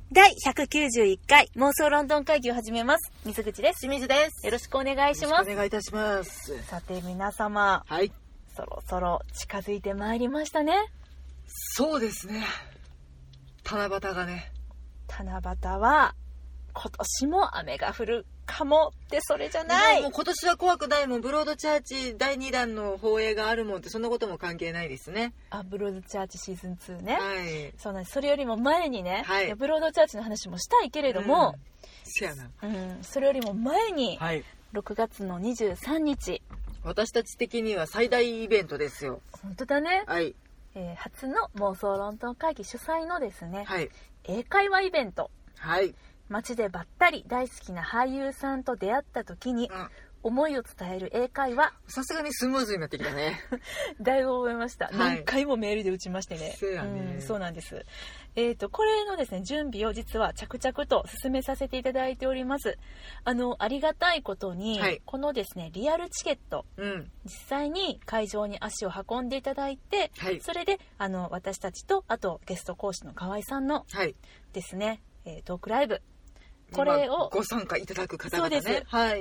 第191回妄想ロンドン会議を始めます。水口です。 清水です。 よろしくお願いします。 よろしくお願いいたします。 さて皆様、 はい。 そろそろ近づいてまいりましたね。 そうですね。七夕がね。 七夕は今年も雨が降るかもってそれじゃない。 もう今年は怖くないもん。ブロードチャーチ第2弾の放映があるもんってそんなことも関係ないですね。 あ、ブロードチャーチシーズン2ね。 はい。 そうなんです。それよりも前にね、 はい、 ブロードチャーチの話もしたいけれども、 せやな。 それよりも前に、 はい、 6月の23日。 私たち的には最大イベントですよ。 本当だね。 はい。 初の妄想ロンドン会議主催のですね、 はい、 英会話イベント。 はい。 街でばったり大好きな俳優さんと出会った時に、思いを伝える英会話。 さすがにスムーズになってきたね。 だいぶ覚えました、はい、何回もメールで打ちましてね。 そうやね、 そうなんです。これのですね準備を実は着々と進めさせていただいております。ありがたいことに、はい、このですねリアルチケット、実際に会場に足を運んでいただいて、はい、それで私たちとあとゲスト講師の河合さんのですね、トークライブ、これをご参加いただく方々ね。 そうです、 はい、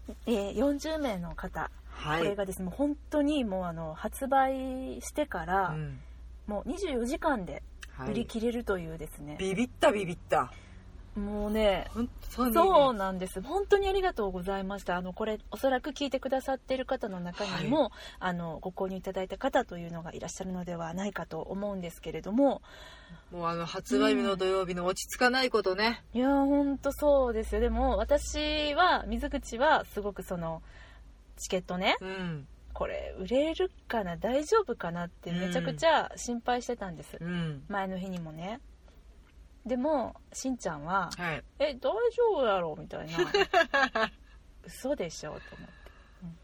40名の方、はい、これがですね本当にもう発売してから、もう24時間で売り切れるというですね、 ビビったもうね、 本当にそうなんです。本当にありがとうございました。これおそらく聞いてくださっている方の中にも、はい、ご購入いただいた方というのがいらっしゃるのではないかと思うんですけれども、 もう発売日の土曜日の落ち着かないことね、 いや本当そうですよ。でも私は水口はすごくそのチケットね、これ売れるかな大丈夫かなってめちゃくちゃ心配してたんです、前の日にもね。でもしんちゃんは、 はい、 大丈夫やろみたいな嘘でしょと思って、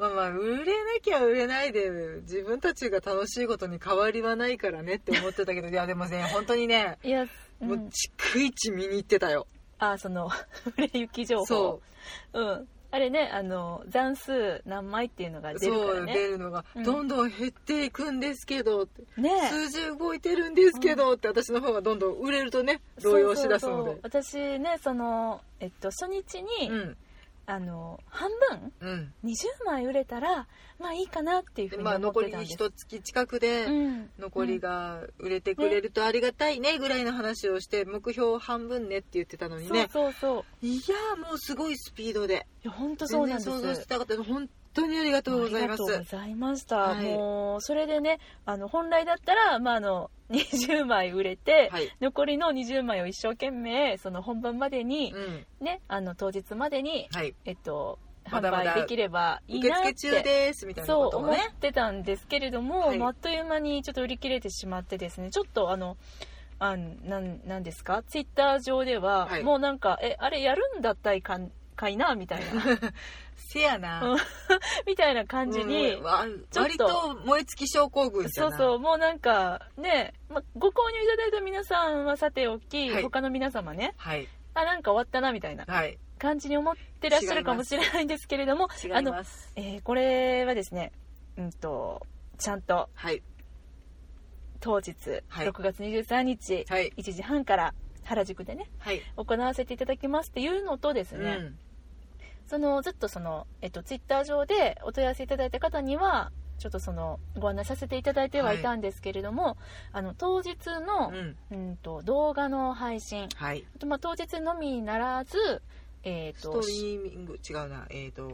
まあ売れなきゃ売れないで自分たちが楽しいことに変わりはないからねって思ってたけどいやでもね本当にね、 いや、 もう逐一見に行ってたよ。 その売れ行き情報、そうあれね、残数何枚っていうのが出るからね。 そう出るのがどんどん減っていくんですけどって、数字動いてるんですけどって、私の方がどんどん売れるとね動揺しだすので、 私ねその、初日に、半分、20枚売れたらまあいいかなっていうふうに思ってたんです。 残り1月近くで残りが売れてくれるとありがたいねぐらいの話をして、目標半分ねって言ってたのにね、 そういやもうすごいスピードで、 いや本当そうなんです。 全然想像してなかった。本当にありがとうございます。 ありがとうございました、はい、もうそれでね本来だったら、20枚売れて、はい、残りの20枚を一生懸命その本番までに、ね、当日までに、 はい、 販売できればいいなって、 受付中ですみたいなこともね、 そう思ってたんですけれども、あっという間にちょっと売り切れてしまってですね、ちょっとなんですか、ツイッター上では、もうなんかあれやるんだったらかいなみたいなせやなみたいな感じに、 割と燃え尽き症候群じゃな。 そうもうなんかね、ご購入いただいた皆さんはさておき、他の皆様ね、なんか終わったなみたいな感じに思ってらっしゃるかもしれないんですけれども、 違います。 これはですね、ちゃんと、当日、6月23日、1時半から原宿でね、行わせていただきますっていうのとですね、ずっとツイッター上でお問い合わせいただいた方にはちょっとご案内させていただいてはいたんですけれども、当日の、動画の配信、当日のみならず、 ストリーミング違うな、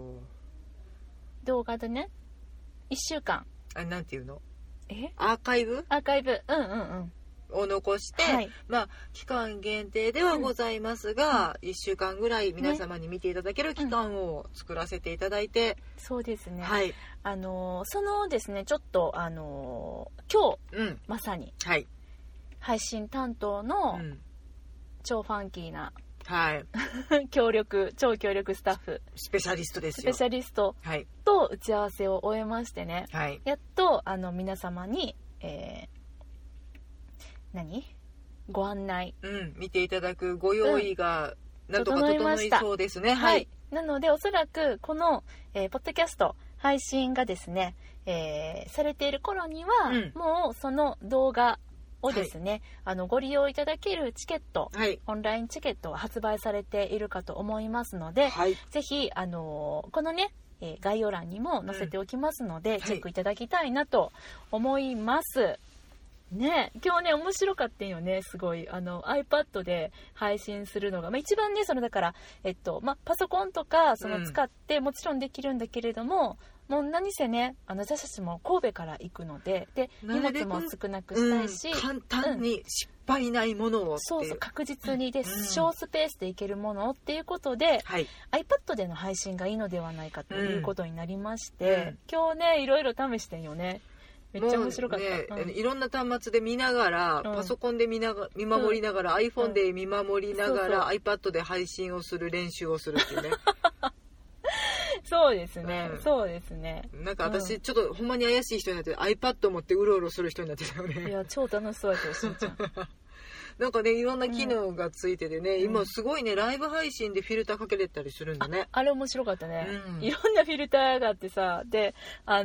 動画でね1週間なんていうの、アーカイブを残して、期間限定ではございますが、1週間ぐらい皆様に見ていただける期間を作らせていただいて、 そうですね、そのですねちょっと今日、まさに、配信担当の、超ファンキーな、超強力スタッフ、 スペシャリストですよ。 スペシャリストと打ち合わせを終えましてね、やっと皆様に、ご案内、 見ていただくご用意がなんとか整いそうですね。 なのでおそらくこの、ポッドキャスト配信がですね、されている頃には、もうその動画をですね、ご利用いただけるチケット、オンラインチケットが発売されているかと思いますので、ぜひこのね概要欄にも載せておきますので、チェックいただきたいなと思いますね。今日ね面白かったよね。すごいiPad で配信するのが、一番ねだからパソコンとか使ってもちろんできるんだけれども、もう何せね私たちも神戸から行くので、荷物も少なくしたいし、 簡単に失敗ないものをっていう、 そう確実にで、小スペースでいけるものっていうことで、iPad での配信がいいのではないかということになりまして、今日ねいろいろ試してんよね。めっちゃ面白かった、 いろんな端末で見ながら、パソコンで見守りながら、iPhone で見守りながら、iPad で配信をする練習をするっていうねそうですね、そうですね。 なんか私、ちょっとほんまに怪しい人になって iPad 持ってうろうろする人になってたよね。 いや超楽しそうやったよしんちゃんなんかねいろんな機能がついててね、今すごいねライブ配信でフィルターかけれたりするんだね。 あれ面白かったね、いろんなフィルターがあってさ、で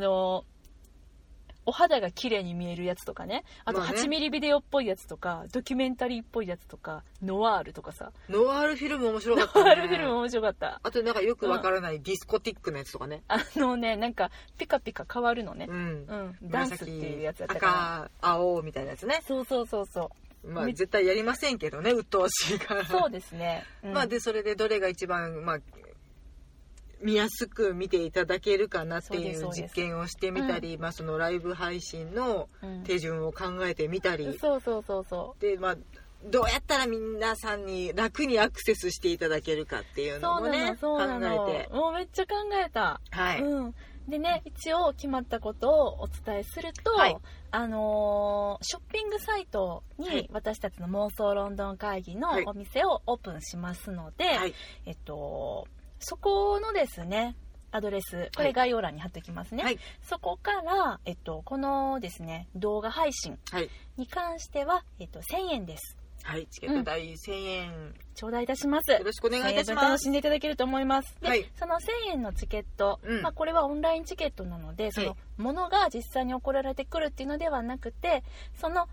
お肌が綺麗に見えるやつとかね、あと8ミリビデオっぽいやつとか、ドキュメンタリーっぽいやつとか、ノワールとかさ。 ノワールフィルム面白かったね。 ノワールフィルム面白かった。 あとなんかよくわからないディスコティックなやつとかね。 なんかピカピカ変わるのね。ダンスっていうやつやったから。 赤、青みたいなやつね。 そう。 絶対やりませんけどね、鬱陶しいから。 そうですね。 でそれでどれが一番見やすく見ていただけるかなっていう実験をしてみたり、そのライブ配信の手順を考えてみたり、 そうでどうやったら皆さんに楽にアクセスしていただけるかっていうのもね考えて、 もうめっちゃ考えた。でね、一応決まったことをお伝えすると、ショッピングサイトに私たちの妄想ロンドン会議のお店をオープンしますので、そこのですねアドレス、これ概要欄に貼っておきますね、そこから、このですね動画配信に関しては、1000円です。 チケット代1000円頂戴いたします。 よろしくお願いいたします。 楽しんでいただけると思います。で、その1000円のチケット、これはオンラインチケットなので、そのものが実際に送られてくるっていうのではなくて、その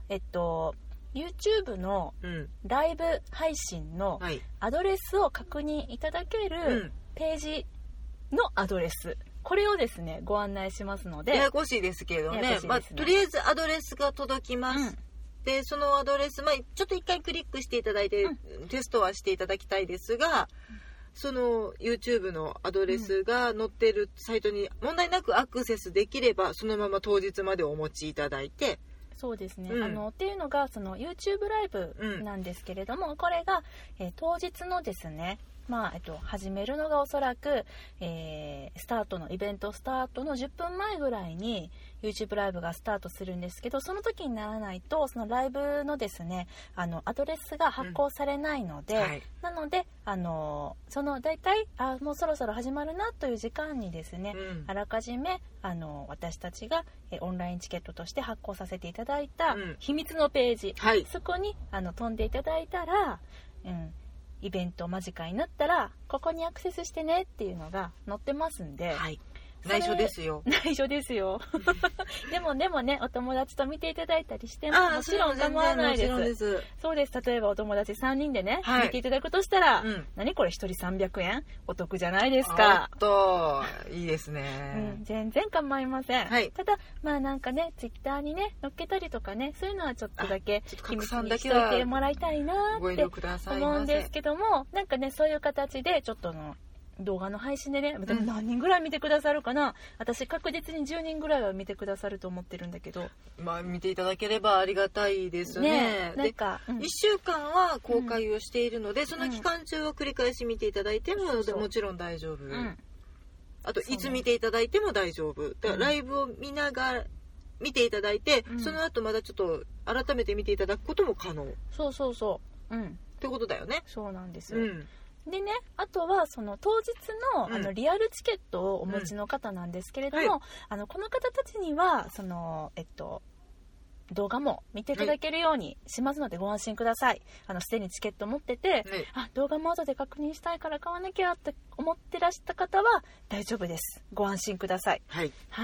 YouTube のライブ配信のアドレスを確認いただけるページのアドレス、これをですねご案内しますので、 ややこしいですけどね、とりあえずアドレスが届きます、でそのアドレス、ちょっと一回クリックしていただいて、テストはしていただきたいですが、その YouTube のアドレスが載ってるサイトに問題なくアクセスできれば、そのまま当日までお持ちいただいて、 そうですね、っていうのがその YouTube ライブなんですけれども、これが、当日のですね始めるのがおそらく、スタートのイベントスタートの10分前ぐらいに YouTube ライブがスタートするんですけど、その時にならないとそのライブのですねアドレスが発行されないので、なのでそのだいたいもうそろそろ始まるなという時間にですね、あらかじめ私たちがオンラインチケットとして発行させていただいた秘密のページ、そこに飛んでいただいたら、イベント間近になったらここにアクセスしてねっていうのが載ってますんで、 内緒ですよ。 内緒ですよ。でもね、お友達と見ていただいたりしてももちろん構わないです。そうです。例えばお友達3人でね、見ていただくとしたら、何これ1人300円お得じゃないですか。 いいですね。 全然構いません。ただなんかね、ツイッターにね載っけたりとかね、そういうのはちょっとだけ秘密にしておいてもらいたいなって思うんですけども、なんかねそういう形でちょっと動画の配信でね、でも何人ぐらい見てくださるかな、私確実に10人ぐらいは見てくださると思ってるんだけど、 見ていただければありがたいですね。 なんか、 1週間は公開をしているので、その期間中は繰り返し見ていただいても、もちろん大丈夫、あといつ見ていただいても大丈夫だから、ライブを見ていただいて、その後まだちょっと改めて見ていただくことも可能。ってことだよね。 そうなんですよ。でね、あとはその当日の、リアルチケットをお持ちの方なんですけれども、この方たちにはその動画も見ていただけるようにしますのでご安心ください。すでにチケット持ってて、動画も後で確認したいから買わなきゃって思ってらした方は大丈夫です。ご安心ください。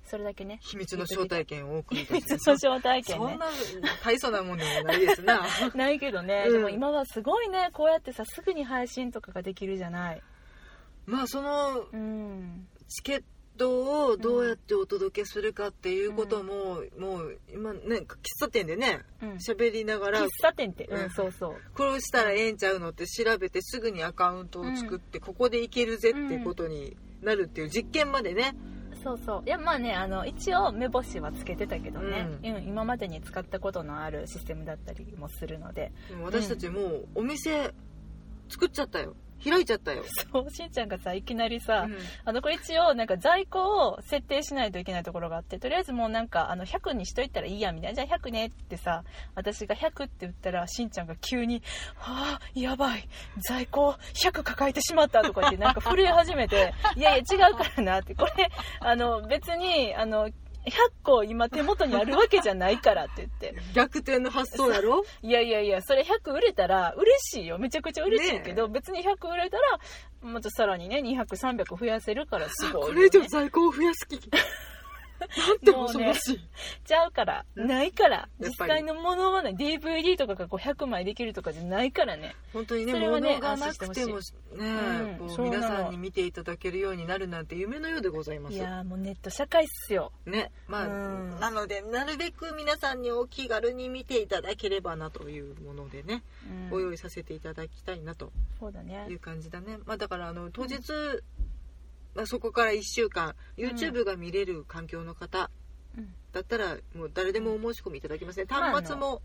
それだけね秘密の招待券を送る秘密の招待券ねそんな大層なもんでもないですなないけどね、でも今はすごいね、こうやってさすぐに配信とかができるじゃない。 まあその、チケットをどうやってお届けするかっていうことも、もう今ね喫茶店でね喋、りながら喫茶店ってそうそう、 これをしたらええんちゃうのって調べてすぐにアカウントを作って、ここでいけるぜっていうことになるっていう実験までね、 そうそう、いやまあね一応目星はつけてたけどね、今までに使ったことのあるシステムだったりもするので、 私たちもうお店作っちゃったよ、開いちゃったよ。 そう、しんちゃんがさいきなりさ、これ一応なんか在庫を設定しないといけないところがあって、とりあえずもうなんか100にしといたらいいやみたいな、じゃあ100ねってさ、私が100って言ったらしんちゃんが急にはあやばい在庫100抱えてしまったとか言ってなんか震え始めていやいや違うからなって、これ別に100個今手元にあるわけじゃないからって言って逆転の発想やろいやいやいや、それ100売れたら嬉しいよ、めちゃくちゃ嬉しいけど、別に100売れたらまたさらにね200、300増やせるからすごいよ、ね、 これ以上在庫を増やす気なんて恐ろしい、ね、 ちゃうからないから、実際のものはね DVD とかが500枚できるとかじゃないからね、 本当にね、物がなくてもね、こう皆さんに見ていただけるようになるなんて夢のようでございます。 いやもうネット社会っすよね、まあ、なのでなるべく皆さんにお気軽に見ていただければなというものでね、ご用意させていただきたいなという感じだね。まあだから当日、まあ、そこから1週間 YouTube が見れる環境の方だったらもう誰でもお申し込みいただけますね。端末も、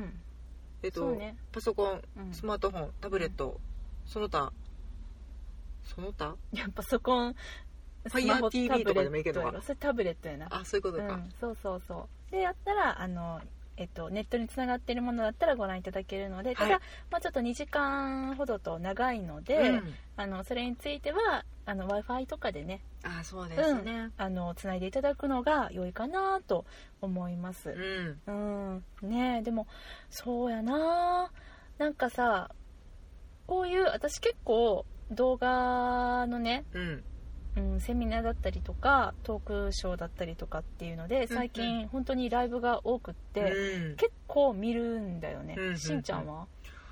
パソコン、スマートフォン、タブレット、その他いやパソコン、 スマホ TV とかでもいいけど、 それタブレットやな。 あ、そういうことか、 そうそうそうでやったらネットにつながっているものだったらご覧いただけるので、ただ、まあ、ちょっと2時間ほどと長いので、それについてはWi-Fi とかでね、 そうですね、 つないでいただくのが良いかなと思います。ね、でもそうやな、なんかさ、こういう私結構動画のね、セミナーだったりとかトークショーだったりとかっていうので最近本当にライブが多くって、結構見るんだよね。しんちゃんは？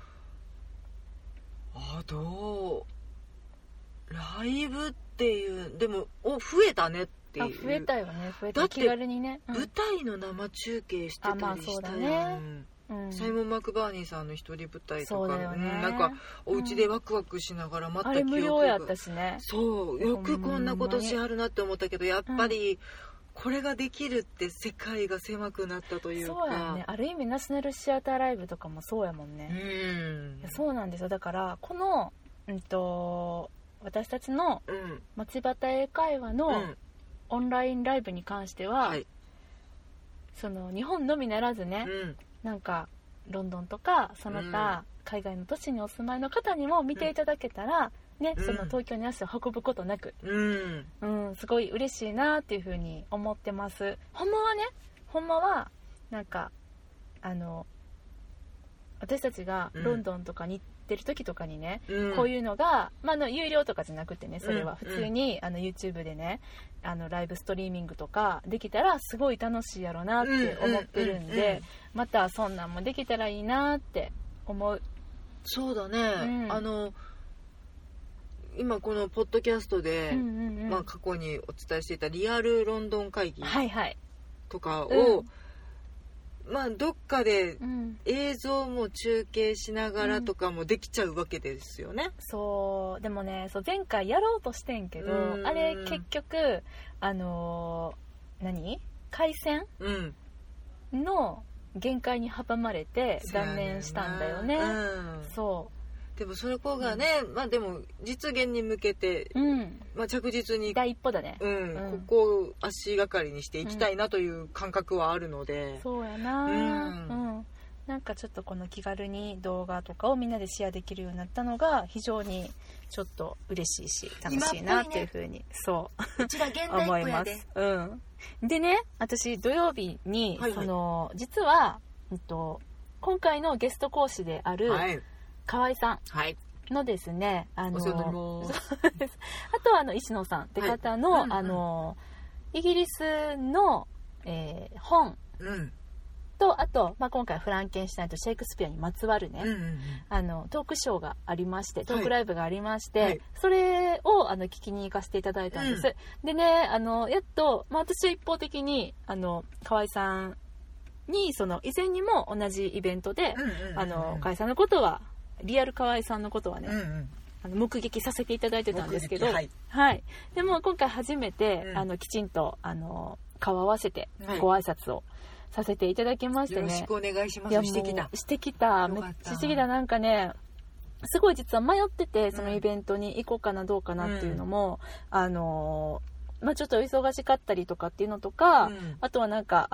どうライブっていうでも増えたねっていう。 増えたよね、増えた。 だって気軽にね、 舞台の生中継してたりしたよね。サイモン・マクバーニーさんの一人舞台とか、なんかお家でワクワクしながら待った記憶が、 あれ無料やったしね。 そう、よくこんなことしはるなって思ったけど、やっぱりこれができるって世界が狭くなったというか。 そうやね、ある意味ナショナルシアターライブとかもそうやもんね。そうなんですよ。だからこの、私たちの町端英会話のオンラインライブに関しては、その日本のみならずね、なんかロンドンとかその他海外の都市にお住まいの方にも見ていただけたら、その東京に足を運ぶことなく、すごい嬉しいなっていう風に思ってます。ほんまはなんか私たちがロンドンとかに行ってる時とかにね、こういうのが、有料とかじゃなくてね、それは普通にYouTube でねライブストリーミングとかできたらすごい楽しいやろなって思ってるんで、またそんなんもできたらいいなって思う。 そうだね、今このポッドキャストで、過去にお伝えしていたリアルロンドン会議とかを、どっかで映像も中継しながらとかもできちゃうわけですよね。 そうでもね、前回やろうとしてんけど、あれ結局回線、の限界に阻まれて断念したんだよね。そうでもそれこがね、でも実現に向けて、着実に第一歩だね、 ここを足がかりにしていきたいなという感覚はあるので、 そうやな、なんかちょっとこの気軽に動画とかをみんなでシェアできるようになったのが非常にちょっと嬉しいし楽しいなっていう風に、そううちら現代っ子やで思います。でね、私土曜日に、実は、今回のゲスト講師である、河合さんのですね、 お世話になります。 あとは石野さんって方の、 イギリスの、本と、あと、まあ、今回フランケンシュタインとシェイクスピアにまつわるね、トークショーがありまして、トークライブがありまして、はい、それを聞きに行かせていただいたんです、でね、やっと、まあ、私は一方的に河合さんに以前にも同じイベントで、河合さんのことはリアル河合さんのことはね、目撃させていただいてたんですけど、はいはい、でも今回初めて、きちんと顔合わせてご挨拶をさせていただきましてね。よろしくお願いします。 してきた。めっちゃしてきた。なんかね、すごい実は迷ってて、そのイベントに行こうかなどうかなっていうのも、まあ、ちょっと忙しかったりとかっていうのとか、あとはなんか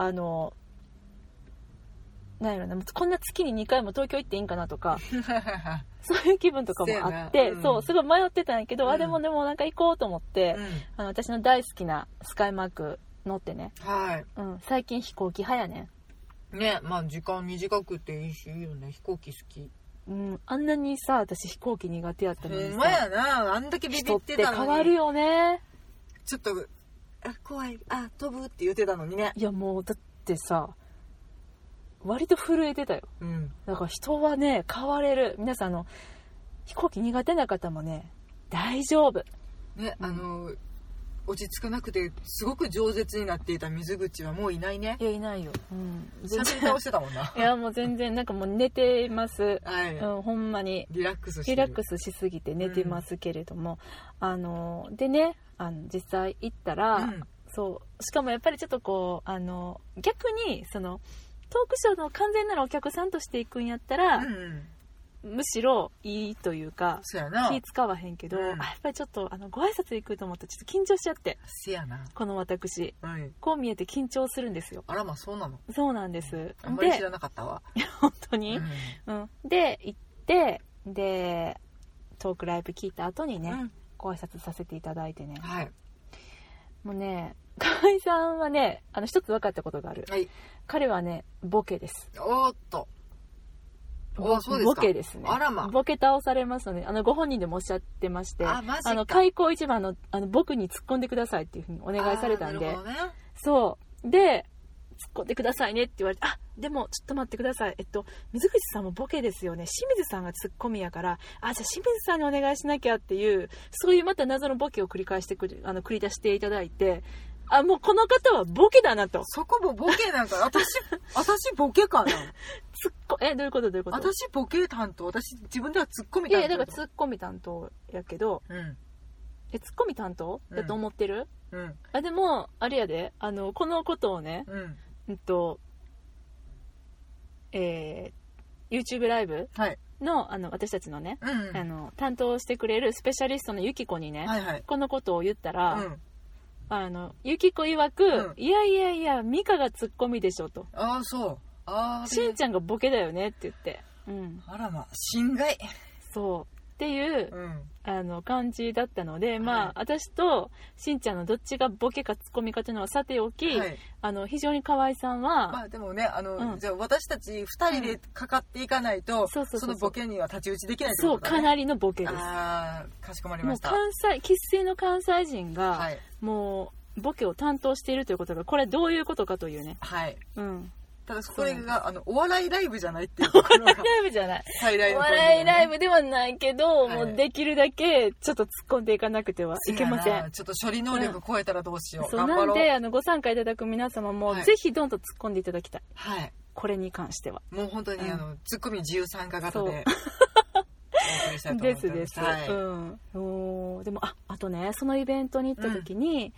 なんやろな、こんな月に2回も東京行っていいんかなとかそういう気分とかもあって、そうすごい迷ってたんやけど、でもなんか行こうと思って、私の大好きなスカイマーク乗ってね、はい、最近飛行機派やねね。まあ時間短くていいしいいよね。飛行機好き。 あんなにさ、私飛行機苦手やったのにさ、 ほんまやな、あんだけビビってたのに。人って変わるよね。 ちょっと怖い、飛ぶって言ってたのにね。 いやもうだってさ、割と震えてたよ、だから人はね変われる。皆さん飛行機苦手な方もね大丈夫ね。落ち着かなくてすごく饒舌になっていた水口はもういないね。 いやいないよ。 喋り倒してたもんな。 いやもう全然なんかもう寝てます、はい、ほんまにリラックスしすぎて寝てますけれども、でね実際行ったら、そうしかもやっぱりちょっとこう逆にトークショーの完全なるお客さんとして行くんやったら、むしろいいというか気使わへんけど、やっぱりちょっとご挨拶行くと思ったらちょっと緊張しちゃって、 せやなこの私、こう見えて緊張するんですよ。 あらまあそうなの。 そうなんです。 あんまり知らなかったわ。 本当に、で行ってでトークライブ聞いた後にね、ご挨拶させていただいてね、もうね河合さんはね一つ分かったことがある、彼はねボケです。 おーっとそうですか。 ボケですね。 あらま。 ボケ倒されますので、ご本人でもおっしゃってまして、開口一番僕に突っ込んでくださいっていうふうにお願いされたんで、そうで突っ込んでくださいねって言われて、でもちょっと待ってください、水口さんもボケですよね、清水さんがツッコミやから、じゃあ清水さんにお願いしなきゃっていう、そういうまた謎のボケを繰りり出していただいて、もうこの方はボケだなと。 そこもボケなんか私ボケかな。 どういうこと私ボケ担当。私自分ではツッコミ担当。 いやだからツッコミ担当やけど、ツッコミ担当だと思ってる？でもあれやで、このことをね、YouTube ライブの、私たちのね、担当してくれるスペシャリストのゆきこにね、このことを言ったら、ゆきこ曰く、いやミカがツッコミでしょと。しんちゃんがボケだよねって言って、 あらま、心外。 そうっていう、感じだったので、私としんちゃんのどっちがボケかツッコミかというのはさておき、非常に河合さんは、 でもねじゃあ私たち2人でかかっていかないと、そのボケには太刀打ちできないってことだね。 そう、かなりのボケです。 かしこまりました。 もう生粋の関西人が、もうボケを担当しているということが、これどういうことかというね。ただこれがお笑いライブじゃないっていうところがお笑いライブじゃない、最大のポイント、ね、お笑いライブではないけど、もうできるだけちょっと突っ込んでいかなくてはいけません。ちょっと処理能力超えたらどうしよう、頑張ろう。なんでご参加いただく皆様も、ぜひどんどん突っ込んでいただきたい、これに関してはもう本当にツッコミ自由参加型でです。でもあとね、そのイベントに行った時に、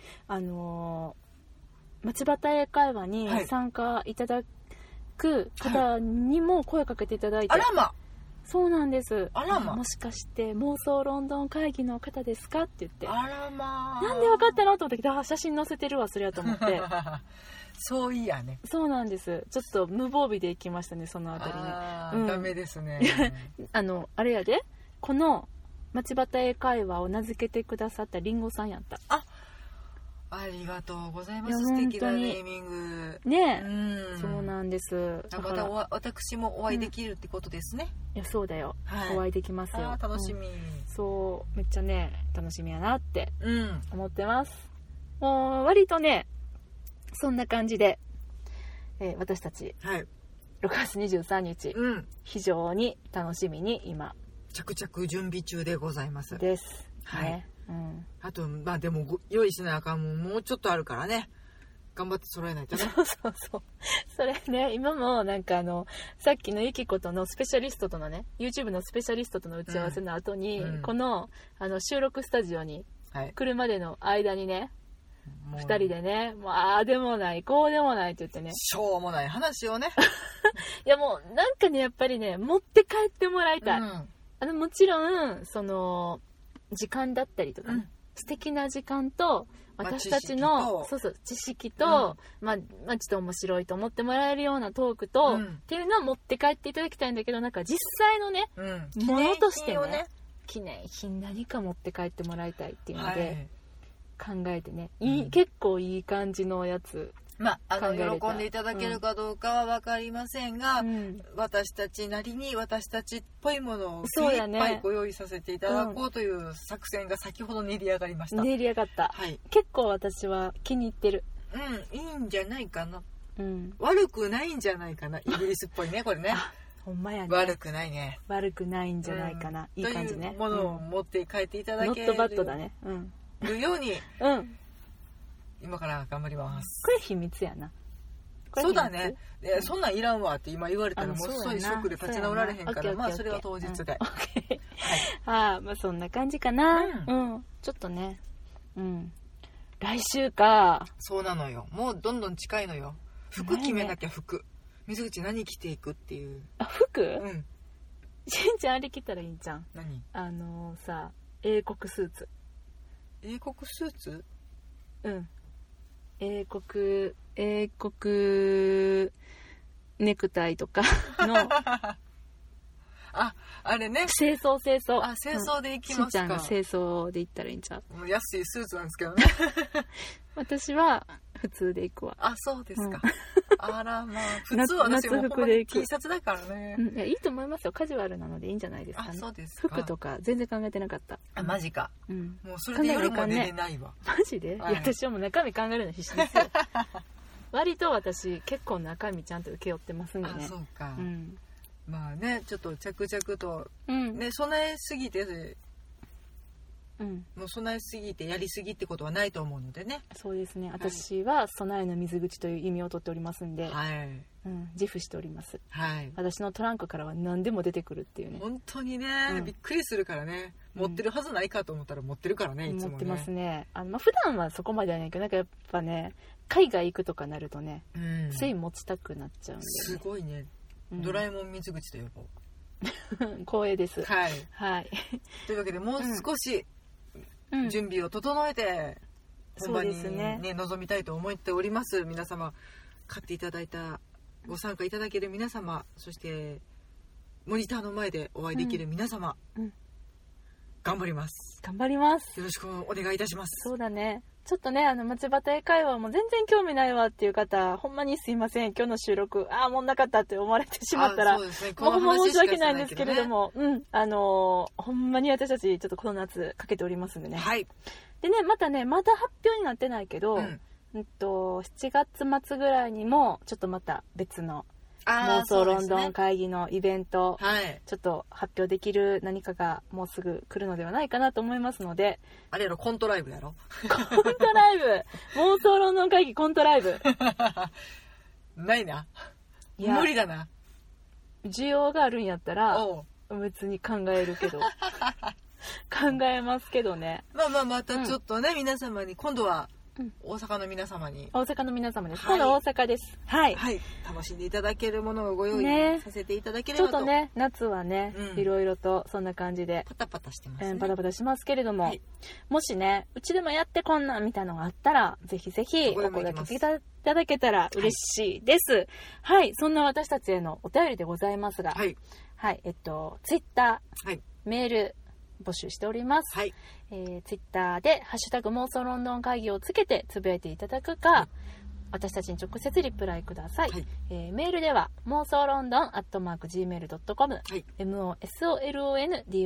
町端英会話に参加いただく方にも声かけていただいて、あらま、そうなんです。あらま、もしかして妄想ロンドン会議の方ですかって言って、あらま、なんで分かったのと思って写真載せてるわそれやと思ってそういやね。そうなんです。ちょっと無防備で行きましたね、そのあたりに。ダメですねあれやで、この町端英会話を名付けてくださったりんごさんやった。ありがとうございます。素敵なネーミングね。そうなんです。また私もお会いできるってことですね。いや、そうだよ、お会いできますよ。楽しみ、そう、めっちゃね楽しみやなって思ってます。もう割とねそんな感じで、私たち、 はい、 6月23日、非常に楽しみに今着々準備中でございますです、ね。 はい、あとでも用意しなあかんもうちょっとあるからね、頑張って揃えないとね。 そうそれね、今もなんかさっきのゆきことのスペシャリストとのね YouTube のスペシャリストとの打ち合わせの後に、この収録スタジオに来るまでの間にね、2人でね、もうああでもないこうでもないって言ってね、 しょうもない話をねいやもうなんかね、やっぱりね持って帰ってもらいたい、もちろんその時間だったりとか、素敵な時間と私たちの知識と、ちょっと面白いと思ってもらえるようなトークと、っていうのは持って帰っていただきたいんだけど、なんか実際のね、ものとしてね、記念品何か持って帰ってもらいたいっていうので、考えてね、結構いい感じのやつ、 喜んでいただけるかどうかは分かりませんが、私たちなりに私たちっぽいものをいっぱいご用意させていただこうという作戦が先ほど練り上がりました。 練り上がった、結構私は気に入ってる。 いいんじゃないかな、悪くないんじゃないかな、イギリスっぽいねこれね。 ほんまやね、 悪くないね、 悪くないんじゃないかな、いい感じね。 というものを持って帰っていただける、 ノットバットだね、 るように、今から頑張ります。 これ秘密やな。 そうだね。そんなんいらんわって今言われたらもうそういうショックで立ち直られへんから、それは当日で。 そんな感じかな。ちょっとね。来週か。 そうなのよ。もうどんどん近いのよ。服決めなきゃ。服。水口何着ていくっていう。 服？しんちゃんあれ着たらいいんじゃん。 何？ さ、英国スーツ。 英国スーツ？ 英国ネクタイとかのあれね、 清掃清掃で行きますか。 しんちゃんが清掃で行ったらいいんちゃう。安いスーツなんですけどね私は普通で行くわ。 そうですか。あら普通は私もほんまに T シャツだからね。 いやいいと思いますよ。カジュアルなのでいいんじゃないですかね。 そうですか。 服とか全然考えてなかった。 マジか。もうそれで夜も寝れないわ。 マジで？いや私はもう中身考えるの必死ですよ割と私結構中身ちゃんと受け負ってますんでね。 そうか。ちょっと着々と備えすぎてもう備えすぎてやりすぎってことはないと思うのでね。 そうですね。私は備えの水口という意味を取っておりますんで、自負しております。私のトランクからは何でも出てくるっていうね。 本当にね、びっくりするからね。持ってるはずないかと思ったら持ってるからね、いつもね。 持ってますね。普段はそこまではないけど、なんかやっぱね、海外行くとかなるとね、つい持ちたくなっちゃうんで、 すごいね。ドラえもん水口と呼ぼう。光栄です。 はい。というわけでもう少し準備を整えて本番に臨みたいと思っております。皆様、買っていただいたご参加いただける皆様、そしてモニターの前でお会いできる皆様、頑張ります。よろしくお願いいたします。 そうだね。ちょっとね、町端英会話も全然興味ないわっていう方、ほんまにすいません。今日の収録もんなかったって思われてしまったら、もうほんま申し訳ないんですけれども、ほんまに私たちちょっとこの夏かけておりますんでね。でね、またね、まだ発表になってないけど、7月末ぐらいにもちょっとまた別の妄想ロンドン会議のイベント、ちょっと発表できる何かがもうすぐ来るのではないかなと思いますので。 あれやろ、コントライブやろ。 コントライブ妄想ロンドン会議コントライブないな。無理だな。 需要があるんやったら別に考えるけど考えますけどね。 またちょっとね、皆様に今度は大阪の皆様に。 大阪の皆様です。今度は大阪です。 楽しんでいただけるものをご用意させていただければと。 ちょっとね、夏はね、いろいろとそんな感じでパタパタしてますね。 パタパタしますけれども、もしね、うちでもやってこんなんみたいなのがあったら、ぜひぜひお声掛けいただけたら嬉しいです。そんな私たちへのお便りでございますが、ツイッター、メール募集しております。ツイッターでハッシュタグ妄想ロンドン会議をつけてつぶやいていただくか、私たちに直接リプライください。メールでは妄想ロンドン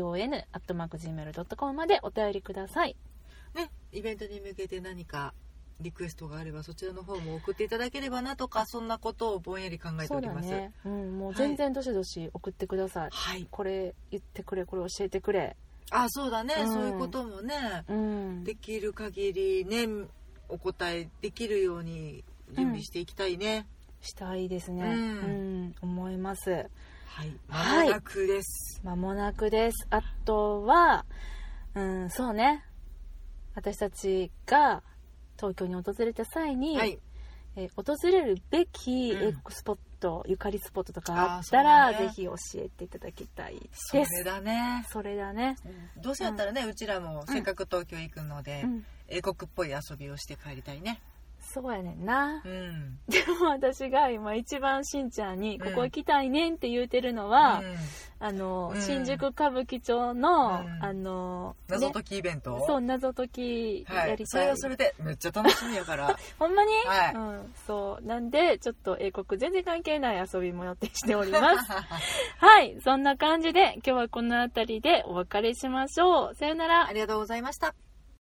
@gmail.com、MOSOLONDON@gmail.com までお便りください。 イベントに向けて何かリクエストがあればそちらの方も送っていただければなとか、そんなことをぼんやり考えております。そうだね、 もう全然どしどし送ってください。はい、これ言ってくれ、これ教えてくれ。 そうだね、そういうこともね、できる限りねお答えできるように準備していきたいね。 したいですね。思います。 はい、間もなくです。 間もなくです。あとは、そうね。私たちが東京に訪れた際に、訪れるべき英国スポット、ゆかりスポットとかあったら、ぜひ教えていただきたいです。 それだね。 それだね。 どうせやったらね、うちらもせっかく東京行くので、英国っぽい遊びをして帰りたいね。 そうやねんな。でも私が今一番しんちゃんにここ行きたいねんって言うてるのは、新宿歌舞伎町の、 謎解きイベント。 そう、謎解きやりたい。 それはそれでめっちゃ楽しみやから。 ほんまに？そうなんでちょっと英国全然関係ない遊びも予定しております。はい、そんな感じで今日はこの辺りでお別れしましょう。さよなら。 ありがとうございました。